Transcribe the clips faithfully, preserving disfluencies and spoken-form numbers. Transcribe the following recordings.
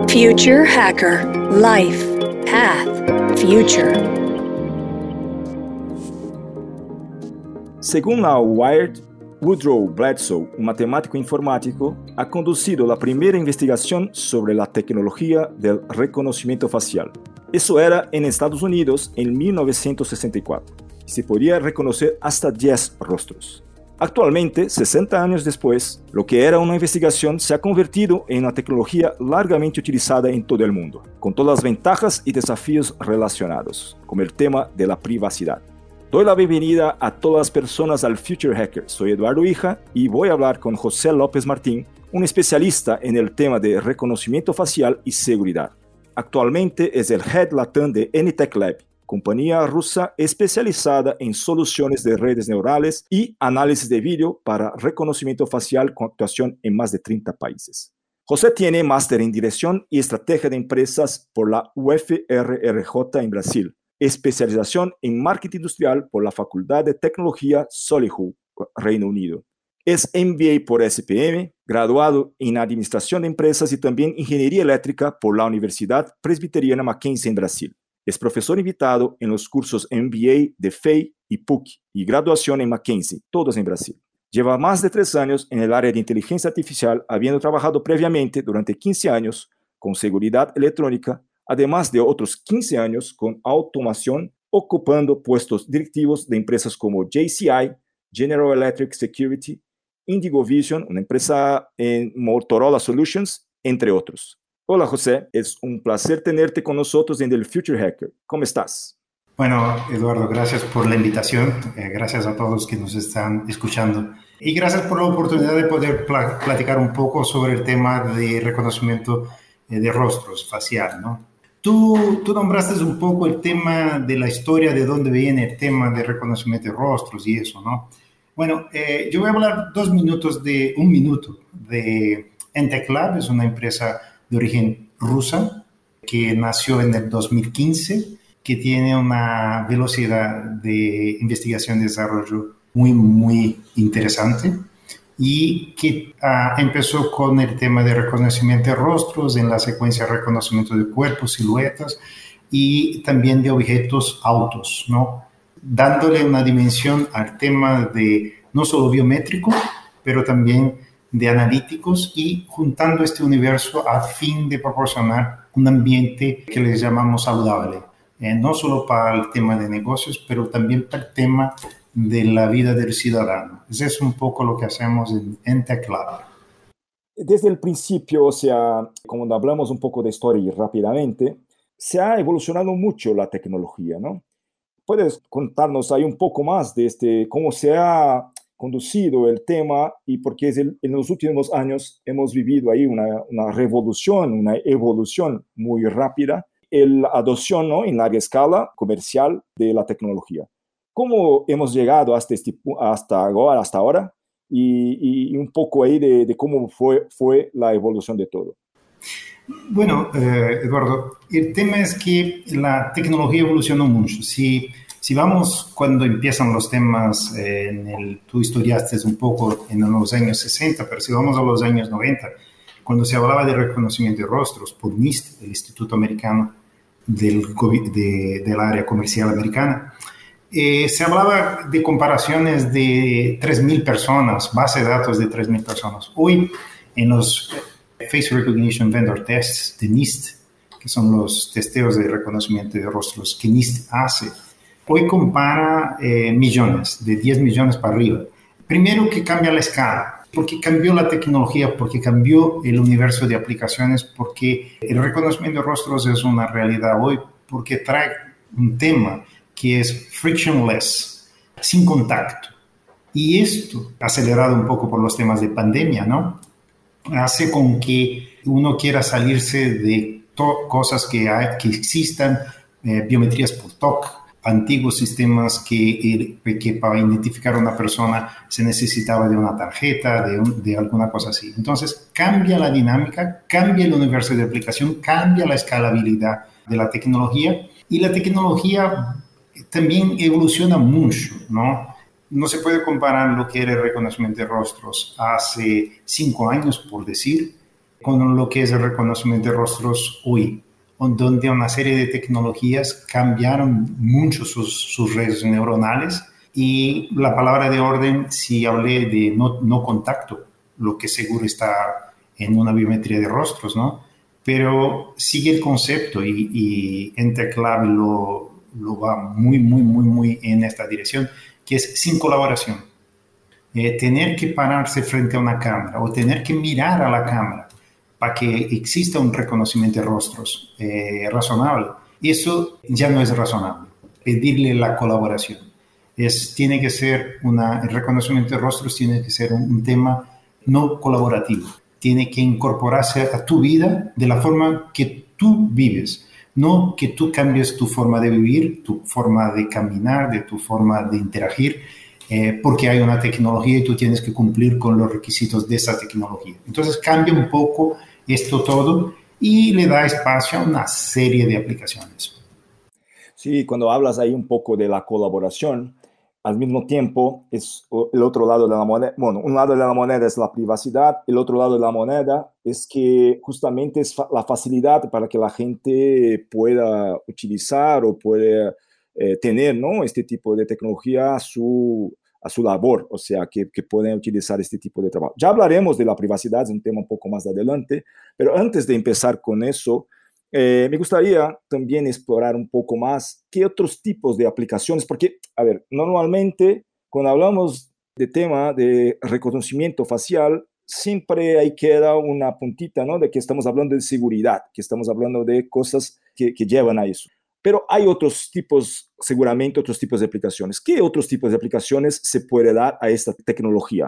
Future Hacker. Life. Path. Future. Según la Wired, Woodrow Bledsoe, un matemático informático, ha conducido la primera investigación sobre la tecnología del reconocimiento facial. Eso era en Estados Unidos en mil novecientos sesenta y cuatro, y se podía reconocer hasta diez rostros. Actualmente, sesenta años después, lo que era una investigación se ha convertido en una tecnología largamente utilizada en todo el mundo, con todas las ventajas y desafíos relacionados, como el tema de la privacidad. Doy la bienvenida a todas las personas al Future Hacker. Soy Eduardo Hija y voy a hablar con José López Martín, un especialista en el tema de reconocimiento facial y seguridad. Actualmente es el Head Latam de Anytech Lab, compañía rusa especializada en soluciones de redes neurales y análisis de vídeo para reconocimiento facial con actuación en más de treinta países. José tiene máster en Dirección y Estrategia de Empresas por la U F R R J en Brasil, especialización en Marketing Industrial por la Facultad de Tecnología Solihull, Reino Unido. Es M B A por S P M, graduado en Administración de Empresas y también Ingeniería Eléctrica por la Universidad Presbiteriana Mackenzie en Brasil. Es profesor invitado en los cursos M B A de F E I y P U C y graduación en Mackenzie, todos en Brasil. Lleva más de tres años en el área de inteligencia artificial, habiendo trabajado previamente durante quince años con seguridad electrónica, además de otros quince años con automación, ocupando puestos directivos de empresas como J C I, General Electric Security, Indigo Vision, una empresa en Motorola Solutions, entre otros. Hola José, es un placer tenerte con nosotros en el Future Hacker. ¿Cómo estás? Bueno, Eduardo, gracias por la invitación, eh, gracias a todos que nos están escuchando y gracias por la oportunidad de poder pl- platicar un poco sobre el tema de reconocimiento eh, de rostros facial, ¿no? Tú, tú nombraste un poco el tema de la historia, de dónde viene el tema de reconocimiento de rostros y eso, ¿no? Bueno, eh, yo voy a hablar dos minutos de, un minuto de Anytech Lab, es una empresa de origen rusa, que nació en el dos mil quince, que tiene una velocidad de investigación y desarrollo muy, muy interesante y que uh, empezó con el tema de reconocimiento de rostros, en la secuencia de reconocimiento de cuerpos, siluetas y también de objetos autos, ¿no? Dándole una dimensión al tema de no solo biométrico, pero también de analíticos y juntando este universo a fin de proporcionar un ambiente que les llamamos saludable, eh, no solo para el tema de negocios, pero también para el tema de la vida del ciudadano. Eso es un poco lo que hacemos en Anytech Lab. Desde el principio, o sea, como hablamos un poco de historia rápidamente, se ha evolucionado mucho la tecnología, ¿no? ¿Puedes contarnos ahí un poco más de este, cómo se ha conducido el tema y porque es el, en los últimos años hemos vivido ahí una, una revolución, una evolución muy rápida, la adopción, ¿no?, en larga escala comercial de la tecnología? ¿Cómo hemos llegado hasta, este, hasta ahora, hasta ahora? Y, y un poco ahí de, de cómo fue, fue la evolución de todo. Bueno, eh, Eduardo, el tema es que la tecnología evolucionó mucho. Si, si vamos cuando empiezan los temas, eh, en el, tú historiaste un poco en los años sesenta, pero si vamos a los años noventa, cuando se hablaba de reconocimiento de rostros por NIST, el Instituto Americano del, de, del Área Comercial Americana, eh, se hablaba de comparaciones de tres mil personas, base de datos de tres mil personas. Hoy, en los Face Recognition Vendor Tests de NIST, que son los testeos de reconocimiento de rostros que NIST hace, hoy compara eh, millones, de diez millones para arriba. Primero que cambia la escala, porque cambió la tecnología, porque cambió el universo de aplicaciones, porque el reconocimiento de rostros es una realidad hoy, porque trae un tema que es frictionless, sin contacto. Y esto, acelerado un poco por los temas de pandemia, ¿no?, hace con que uno quiera salirse de to- cosas que, hay, que existan, eh, biometrías por T O C, antiguos sistemas que, eh, que para identificar a una persona se necesitaba de una tarjeta, de, un, de alguna cosa así. Entonces, cambia la dinámica, cambia el universo de aplicación, cambia la escalabilidad de la tecnología y la tecnología también evoluciona mucho, ¿no? No se puede comparar lo que era el reconocimiento de rostros hace cinco años, por decir, con lo que es el reconocimiento de rostros hoy, donde una serie de tecnologías cambiaron mucho sus, sus redes neuronales. Y la palabra de orden, si hablé de no, no contacto, lo que seguro está en una biometría de rostros, ¿no? Pero sigue el concepto y, y Interclave lo, lo va muy, muy, muy, muy en esta dirección, que es sin colaboración. Eh, tener que pararse frente a una cámara o tener que mirar a la cámara para que exista un reconocimiento de rostros eh, razonable, eso ya no es razonable. Pedirle la colaboración. Es, tiene que ser una, el reconocimiento de rostros tiene que ser un, un tema no colaborativo. Tiene que incorporarse a tu vida de la forma que tú vives. No que tú cambies tu forma de vivir, tu forma de caminar, de tu forma de interagir, eh, porque hay una tecnología y tú tienes que cumplir con los requisitos de esa tecnología. Entonces cambia un poco esto todo y le da espacio a una serie de aplicaciones. Sí, cuando hablas ahí un poco de la colaboración, al mismo tiempo es el otro lado de la moneda. Bueno, un lado de la moneda es la privacidad, el otro lado de la moneda es que justamente es fa- la facilidad para que la gente pueda utilizar o pueda eh, tener, ¿no?, este tipo de tecnología a su, a su labor, o sea, que, que pueden utilizar este tipo de trabajo. Ya hablaremos de la privacidad, es un tema un poco más adelante, pero antes de empezar con eso, Eh, me gustaría también explorar un poco más qué otros tipos de aplicaciones, porque, a ver, normalmente cuando hablamos de tema de reconocimiento facial, siempre ahí queda una puntita, ¿no?, de que estamos hablando de seguridad, que estamos hablando de cosas que, que llevan a eso. Pero hay otros tipos, seguramente otros tipos de aplicaciones. ¿Qué otros tipos de aplicaciones se puede dar a esta tecnología?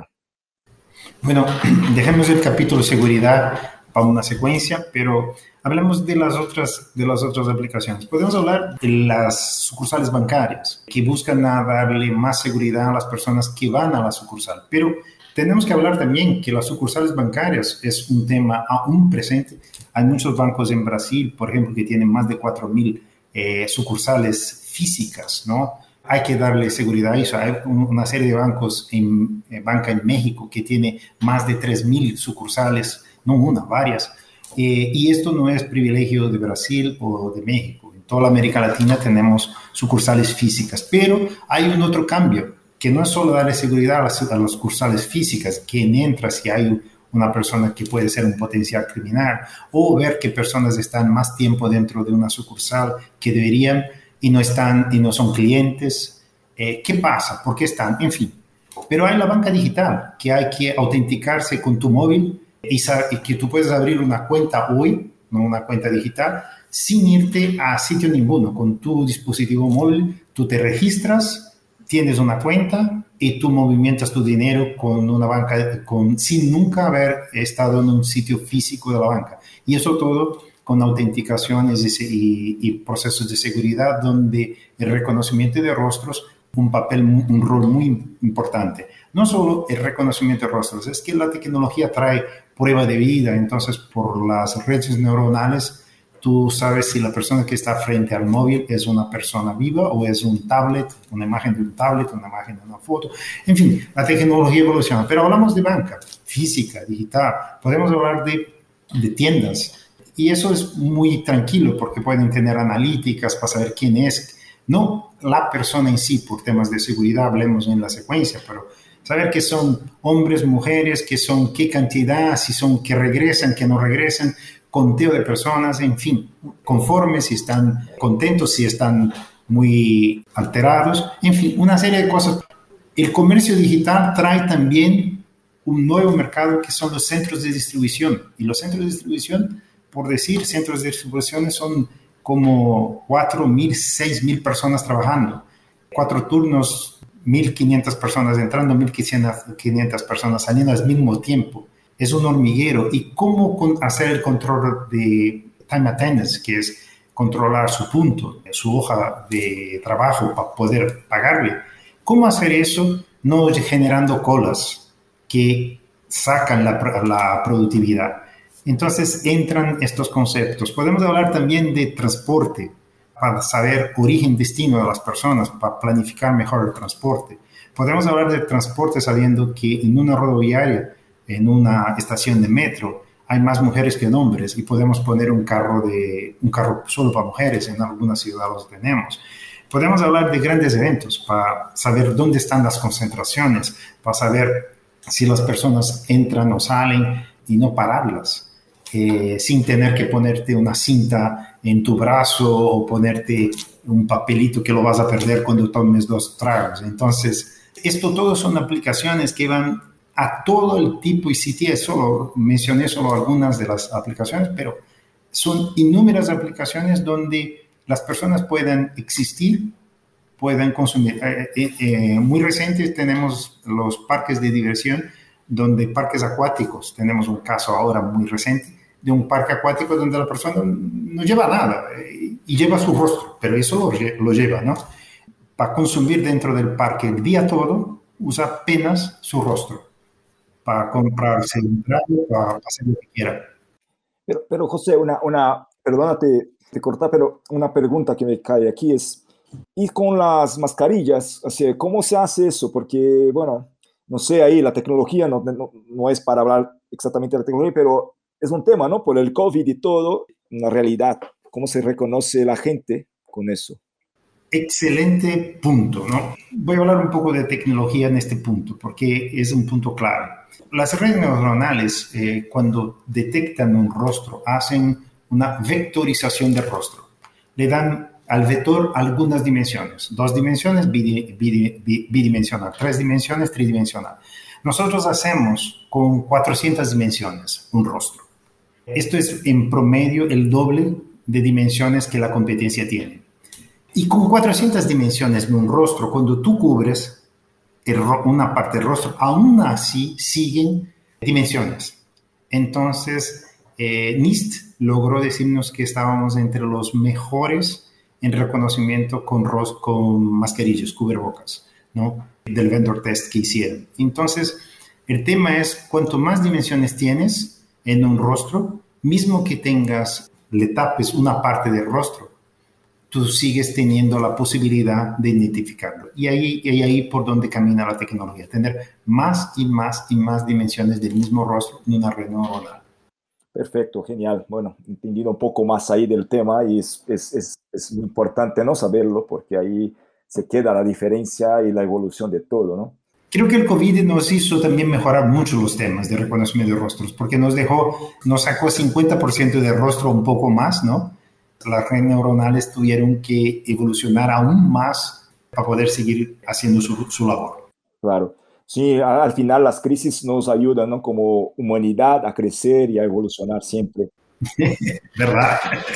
Bueno, dejemos el capítulo de seguridad para una secuencia, pero hablemos de las otras, de las otras aplicaciones. Podemos hablar de las sucursales bancarias, que buscan a darle más seguridad a las personas que van a la sucursal. Pero tenemos que hablar también que las sucursales bancarias es un tema aún presente. Hay muchos bancos en Brasil, por ejemplo, que tienen más de cuatro mil eh, sucursales físicas, ¿no? Hay que darle seguridad a eso. Hay una serie de bancos, en eh, banca en México, que tiene más de tres mil sucursales, no una, varias. Eh, y esto no es privilegio de Brasil o de México. En toda la América Latina tenemos sucursales físicas, pero hay un otro cambio, que no es solo darle seguridad a las, a las sucursales físicas, quién entra, si hay una persona que puede ser un potencial criminal, o ver que personas están más tiempo dentro de una sucursal que deberían y no están y no son clientes. Eh, ¿Qué pasa? ¿Por qué están? En fin. Pero hay la banca digital, que hay que autenticarse con tu móvil y, y que tú puedes abrir una cuenta hoy, no una cuenta digital, sin irte a sitio ninguno. Con tu dispositivo móvil, tú te registras, tienes una cuenta y tú movimientas tu dinero con una banca, con, sin nunca haber estado en un sitio físico de la banca. Y eso todo con autenticaciones y, y, y procesos de seguridad donde el reconocimiento de rostros un papel, un rol muy importante. No solo el reconocimiento de rostros, es que la tecnología trae prueba de vida, entonces por las redes neuronales tú sabes si la persona que está frente al móvil es una persona viva o es un tablet, una imagen de un tablet, una imagen de una foto. En fin, la tecnología evoluciona, pero hablamos de banca física, digital, podemos hablar de, de tiendas. Y eso es muy tranquilo porque pueden tener analíticas para saber quién es. No la persona en sí por temas de seguridad, hablemos en la secuencia, pero saber que son hombres, mujeres, que son qué cantidad, si son que regresan, que no regresan, conteo de personas, en fin, conformes, si están contentos, si están muy alterados, en fin, una serie de cosas. El comercio digital trae también un nuevo mercado que son los centros de distribución. Y los centros de distribución, por decir, centros de distribución son como cuatro mil, seis mil personas trabajando. Cuatro turnos, mil quinientas personas entrando, mil quinientas personas saliendo al mismo tiempo. Es un hormiguero. ¿Y cómo hacer el control de time attendance, que es controlar su punto, su hoja de trabajo para poder pagarle? ¿Cómo hacer eso no generando colas que sacan la, la productividad? Entonces entran estos conceptos. Podemos hablar también de transporte, para saber origen, destino de las personas, para planificar mejor el transporte. Podemos hablar de transporte sabiendo que en una rodoviaria, en una estación de metro, hay más mujeres que hombres y podemos poner un carro, de, un carro solo para mujeres, en algunas ciudades los tenemos. Podemos hablar de grandes eventos para saber dónde están las concentraciones, para saber si las personas entran o salen y no pararlas, eh, sin tener que ponerte una cinta en tu brazo o ponerte un papelito que lo vas a perder cuando tomes dos tragos. Entonces, esto todo son aplicaciones que van a todo el tipo, y si tienes solo, mencioné solo algunas de las aplicaciones, pero son innumerables aplicaciones donde las personas pueden existir, pueden consumir. Eh, eh, eh, muy recientes tenemos los parques de diversión, donde parques acuáticos, tenemos un caso ahora muy reciente de un parque acuático donde la persona no lleva nada eh, y lleva su rostro, pero eso lo, lo lleva, ¿no? Para consumir dentro del parque el día todo, usa apenas su rostro para comprarse un trago, para hacer lo que quiera. Pero, pero José, una, una, perdónate, te corta, pero una pregunta que me cae aquí es, ¿y con las mascarillas? O sea, ¿cómo se hace eso? Porque, bueno, no sé, ahí la tecnología no, no, no es para hablar exactamente de la tecnología, pero es un tema, ¿no? Por el COVID y todo, una realidad. ¿Cómo se reconoce la gente con eso? Excelente punto, ¿no? Voy a hablar un poco de tecnología en este punto, porque es un punto clave. Las redes neuronales, eh, cuando detectan un rostro, hacen una vectorización del rostro. Le dan al vector algunas dimensiones, dos dimensiones bidi, bidi, bidimensional, tres dimensiones tridimensional. Nosotros hacemos con cuatrocientas dimensiones un rostro. Esto es en promedio el doble de dimensiones que la competencia tiene. Y con cuatrocientas dimensiones de un rostro, cuando tú cubres el, una parte del rostro, aún así siguen dimensiones. Entonces, eh, NIST logró decirnos que estábamos entre los mejores en reconocimiento con, ros- con mascarillas, cubrebocas, ¿no? Del vendor test que hicieron. Entonces, el tema es, cuanto más dimensiones tienes en un rostro, mismo que tengas, le tapes una parte del rostro, tú sigues teniendo la posibilidad de identificarlo. Y ahí, y ahí por donde camina la tecnología, tener más y más y más dimensiones del mismo rostro en una red neuronal. Perfecto, genial. Bueno, entendido un poco más ahí del tema y es, es, es, es importante no saberlo porque ahí se queda la diferencia y la evolución de todo, ¿no? Creo que el COVID nos hizo también mejorar mucho los temas de reconocimiento de rostros porque nos dejó, nos sacó cincuenta por ciento de rostro un poco más, ¿no? Las redes neuronales tuvieron que evolucionar aún más para poder seguir haciendo su, su labor. Claro. Sí, al final las crisis nos ayudan, ¿no? Como humanidad a crecer y a evolucionar siempre. ¿Verdad?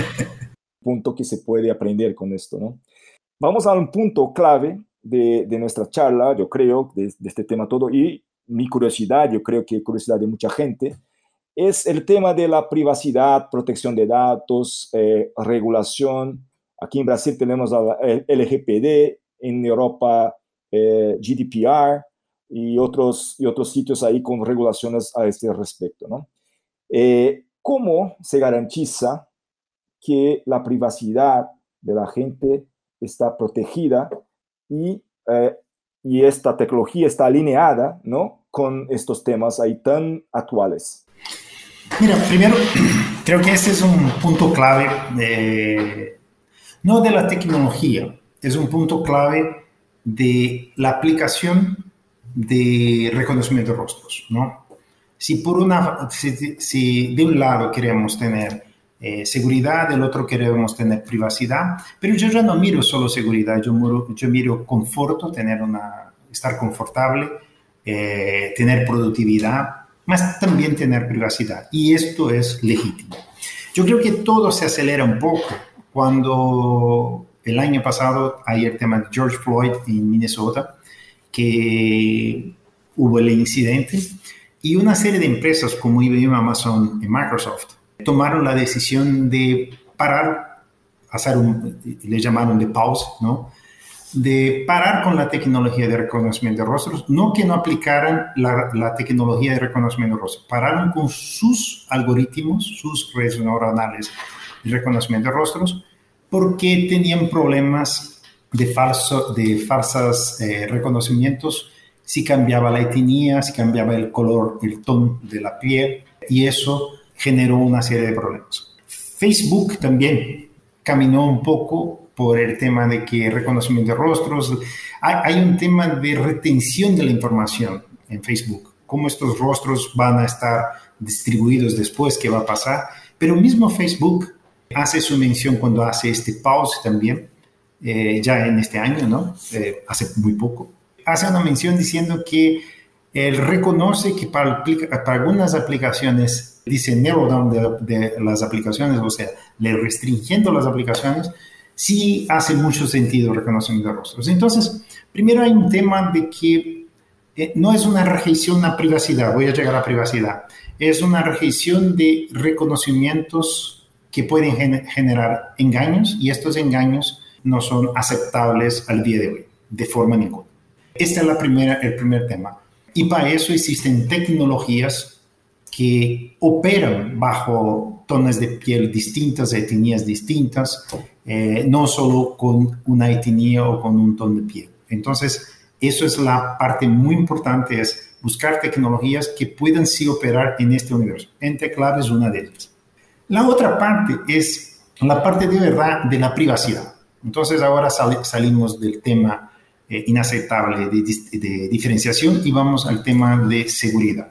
Punto que se puede aprender con esto, ¿no? Vamos a un punto clave de, de nuestra charla, yo creo, de, de este tema todo, y mi curiosidad, yo creo que curiosidad de mucha gente, es el tema de la privacidad, protección de datos, eh, regulación. Aquí en Brasil tenemos el L G P D, en Europa eh, G D P R y otros, y otros sitios ahí con regulaciones a este respecto, ¿no? Eh, ¿Cómo se garantiza que la privacidad de la gente está protegida y, eh, y esta tecnología está alineada, ¿no?, con estos temas ahí tan actuales? Mira, primero, creo que este es un punto clave, de, no de la tecnología, es un punto clave de la aplicación de reconocimiento de rostros, ¿no? Si por una, si, si de un lado queremos tener eh, seguridad, del otro queremos tener privacidad, pero yo ya no miro solo seguridad, yo miro, yo miro conforto, tener una, estar confortable, eh, tener productividad, más también tener privacidad. Y esto es legítimo. Yo creo que todo se acelera un poco cuando el año pasado hay el tema de George Floyd en Minnesota, que hubo el incidente, y una serie de empresas como I B M, Amazon y Microsoft tomaron la decisión de parar, hacer un, le llamaron de pause, ¿no?, de parar con la tecnología de reconocimiento de rostros, no que no aplicaran la, la tecnología de reconocimiento de rostros, pararon con sus algoritmos, sus redes neuronales de reconocimiento de rostros, porque tenían problemas de, falso, de falsas eh, reconocimientos, si cambiaba la etnia, si cambiaba el color, el tono de la piel, y eso generó una serie de problemas. Facebook también caminó un poco por el tema de que reconocimiento de rostros. Hay, hay un tema de retención de la información en Facebook. Cómo estos rostros van a estar distribuidos después, qué va a pasar. Pero mismo Facebook hace su mención cuando hace este pause también, eh, ya en este año, ¿no? Eh, hace muy poco. Hace una mención diciendo que él reconoce que para, para algunas aplicaciones, dice narrow down de, de las aplicaciones, o sea, le restringiendo las aplicaciones, sí hace mucho sentido reconocimiento de rostros. Entonces, primero hay un tema de que eh, no es una restricción a privacidad, voy a llegar a privacidad, es una restricción de reconocimientos que pueden gen- generar engaños, y estos engaños no son aceptables al día de hoy, de forma ninguna. Este es la primera, el primer tema. Y para eso existen tecnologías que operan bajo tonos de piel distintas, etnias distintas, eh, no solo con una etnia o con un tono de piel. Entonces, eso es la parte muy importante, es buscar tecnologías que puedan sí operar en este universo. Enteclave es una de ellas. La otra parte es la parte de verdad de la privacidad. Entonces, ahora sal, salimos del tema eh, inaceptable de, de diferenciación y vamos al tema de seguridad.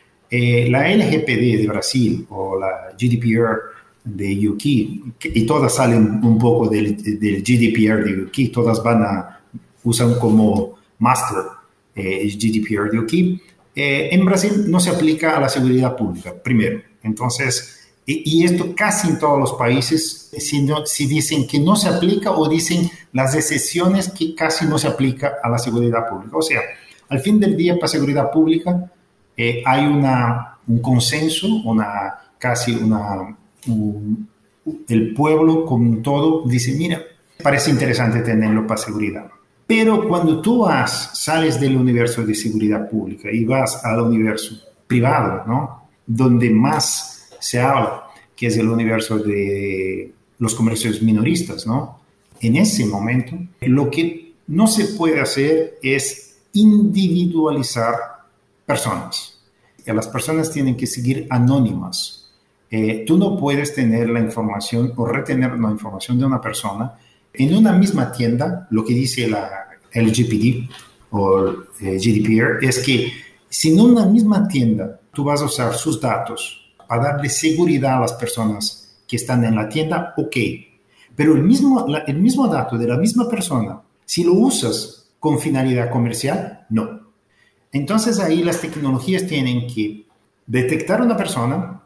Eh, la L G P D de Brasil o la G D P R de U K, y todas salen un poco del, del G D P R de U K, todas van a, usan como master eh, G D P R de U K, eh, en Brasil no se aplica a la seguridad pública, primero. Entonces, y, y esto casi en todos los países, si, no, si dicen que no se aplica o dicen las excepciones que casi no se aplica a la seguridad pública. O sea, al fin del día, para seguridad pública, Eh, hay una, un consenso, una, casi una, un, el pueblo con todo dice, mira, parece interesante tenerlo para seguridad. Pero cuando tú vas, sales del universo de seguridad pública y vas al universo privado, ¿no? Donde más se habla, que es el universo de los comercios minoristas, ¿no? En ese momento, lo que no se puede hacer es individualizar personas. Y las personas tienen que seguir anónimas. Eh, tú no puedes tener la información o retener la información de una persona en una misma tienda. Lo que dice la L G P D o eh, G D P R es que si en una misma tienda tú vas a usar sus datos para darle seguridad a las personas que están en la tienda, ok. Pero el mismo, la, el mismo dato de la misma persona, si lo usas con finalidad comercial, no. Entonces ahí las tecnologías tienen que detectar a una persona,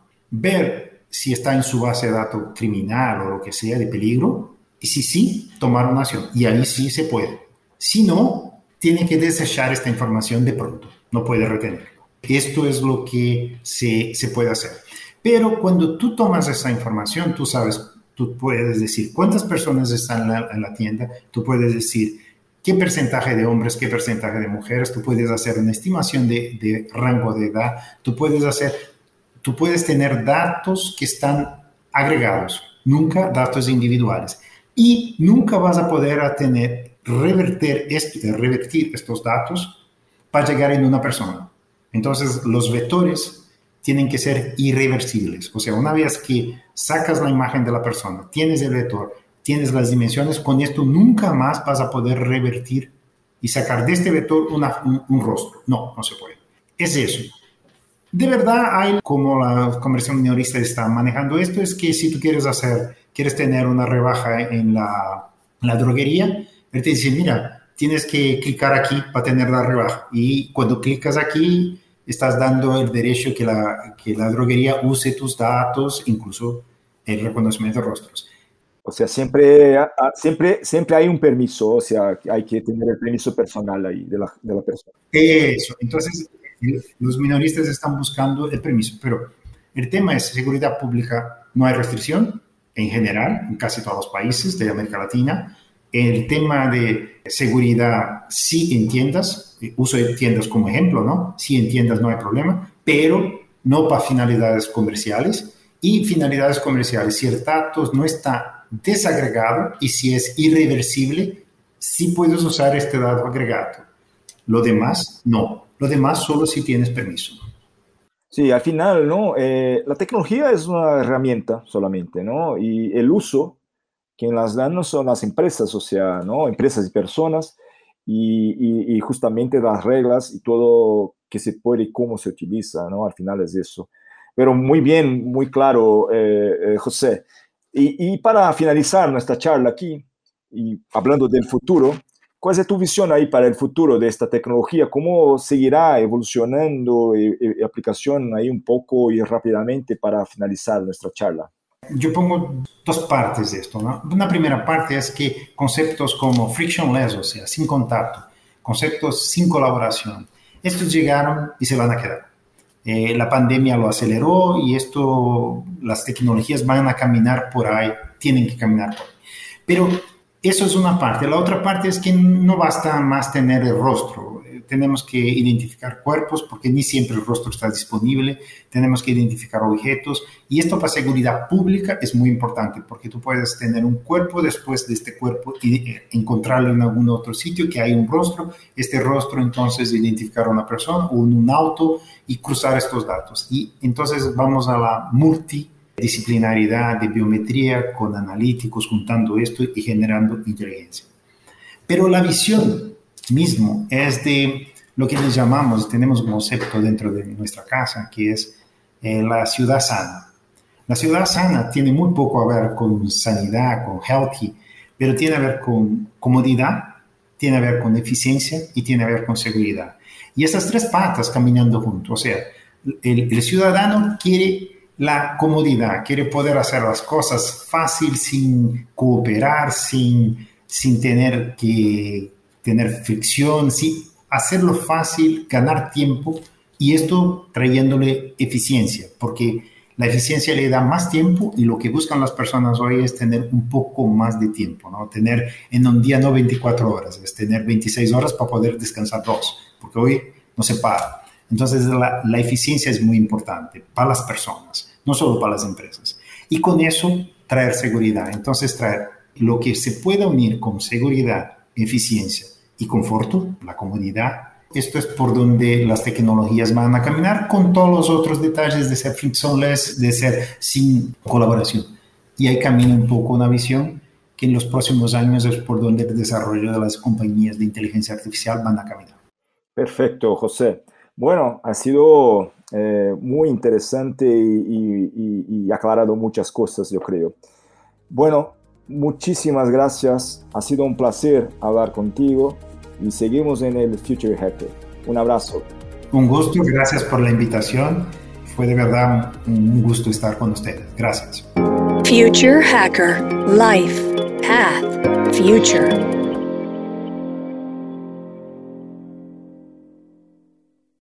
ver si está en su base de datos criminal o lo que sea de peligro, y si sí, tomar una acción. Y ahí sí se puede. Si no, tiene que desechar esta información de pronto. No puede retenerlo. Esto es lo que se, se puede hacer. Pero cuando tú tomas esa información, tú sabes, tú puedes decir cuántas personas están en la, en la tienda, tú puedes decir qué porcentaje de hombres, qué porcentaje de mujeres, tú puedes hacer una estimación de, de rango de edad, tú puedes hacer, tú puedes tener datos que están agregados, nunca datos individuales. Y nunca vas a poder a tener, revertir, este, revertir estos datos para llegar en una persona. Entonces, los vectores tienen que ser irreversibles. O sea, una vez que sacas la imagen de la persona, tienes el vector, tienes las dimensiones, con esto nunca más vas a poder revertir y sacar de este vector una, un, un rostro. No, no se puede. Es eso. De verdad, hay como la comercio minorista está manejando esto, es que si tú quieres hacer, quieres tener una rebaja en la, en la droguería, él te dice, mira, tienes que clicar aquí para tener la rebaja. Y cuando clicas aquí, estás dando el derecho que la, que la droguería use tus datos, incluso el reconocimiento de rostros. O sea, siempre, siempre, siempre hay un permiso, o sea, hay que tener el permiso personal ahí de la, de la persona. Eso, entonces los minoristas están buscando el permiso, pero el tema es seguridad pública, no hay restricción en general, en casi todos los países de América Latina. El tema de seguridad, sí en tiendas, uso de tiendas como ejemplo, ¿no? Sí en tiendas no hay problema, pero no para finalidades comerciales. Y finalidades comerciales, si el dato no está desagregado y si es irreversible, sí puedes usar este dato agregado. Lo demás, no. Lo demás solo si tienes permiso. Sí, al final, ¿no? Eh, la tecnología es una herramienta solamente, ¿no? Y el uso quien las dan no son las empresas, o sea, ¿no? Empresas y personas, y, y, y justamente las reglas y todo que se puede y cómo se utiliza, ¿no? Al final es eso. Pero muy bien, muy claro, eh, eh, José. Y, y para finalizar nuestra charla aquí, y hablando del futuro, ¿cuál es tu visión ahí para el futuro de esta tecnología? ¿Cómo seguirá evolucionando y, y aplicación ahí un poco y rápidamente para finalizar nuestra charla? Yo pongo dos partes de esto, ¿no? Una primera parte es que conceptos como frictionless, o sea, sin contacto, conceptos sin colaboración, estos llegaron y se van a quedar. Eh, la pandemia lo aceleró y esto, las tecnologías van a caminar por ahí, tienen que caminar por ahí. Pero eso es una parte. La otra parte es que no basta más tener el rostro. Eh, tenemos que identificar cuerpos porque ni siempre el rostro está disponible. Tenemos que identificar objetos. Y esto para seguridad pública es muy importante porque tú puedes tener un cuerpo, después de este cuerpo y eh, encontrarlo en algún otro sitio que hay un rostro. Este rostro entonces identificar a una persona o en un auto y cruzar estos datos. Y entonces vamos a la multi disciplinaridad de biometría con analíticos juntando esto y generando inteligencia. Pero la visión mismo es de lo que les llamamos, tenemos un concepto dentro de nuestra casa que es eh, la ciudad sana. La ciudad sana tiene muy poco a ver con sanidad, con healthy, pero tiene a ver con comodidad, tiene a ver con eficiencia y tiene a ver con seguridad. Y estas tres patas caminando juntos, o sea, el, el ciudadano quiere la comodidad, quiere poder hacer las cosas fácil, sin cooperar, sin, sin tener que tener fricción, sí, hacerlo fácil, ganar tiempo y esto trayéndole eficiencia, porque la eficiencia le da más tiempo y lo que buscan las personas hoy es tener un poco más de tiempo, ¿no? Tener en un día no veinticuatro horas, es tener veintiséis horas para poder descansar dos, porque hoy no se para. Entonces la, la eficiencia es muy importante para las personas, no solo para las empresas. Y con eso traer seguridad. Entonces traer lo que se pueda unir con seguridad, eficiencia y conforto, la comodidad. Esto es por donde las tecnologías van a caminar con todos los otros detalles de ser frictionless, de ser sin colaboración. Y ahí camina un poco una visión que en los próximos años es por donde el desarrollo de las compañías de inteligencia artificial van a caminar. Perfecto, José. Bueno, ha sido eh, muy interesante y, y, y aclarado muchas cosas, yo creo. Bueno, muchísimas gracias. Ha sido un placer hablar contigo y seguimos en el Future Hacker. Un abrazo. Un gusto, gracias por la invitación. Fue de verdad un gusto estar con ustedes. Gracias. Future Hacker. Life. Path. Future.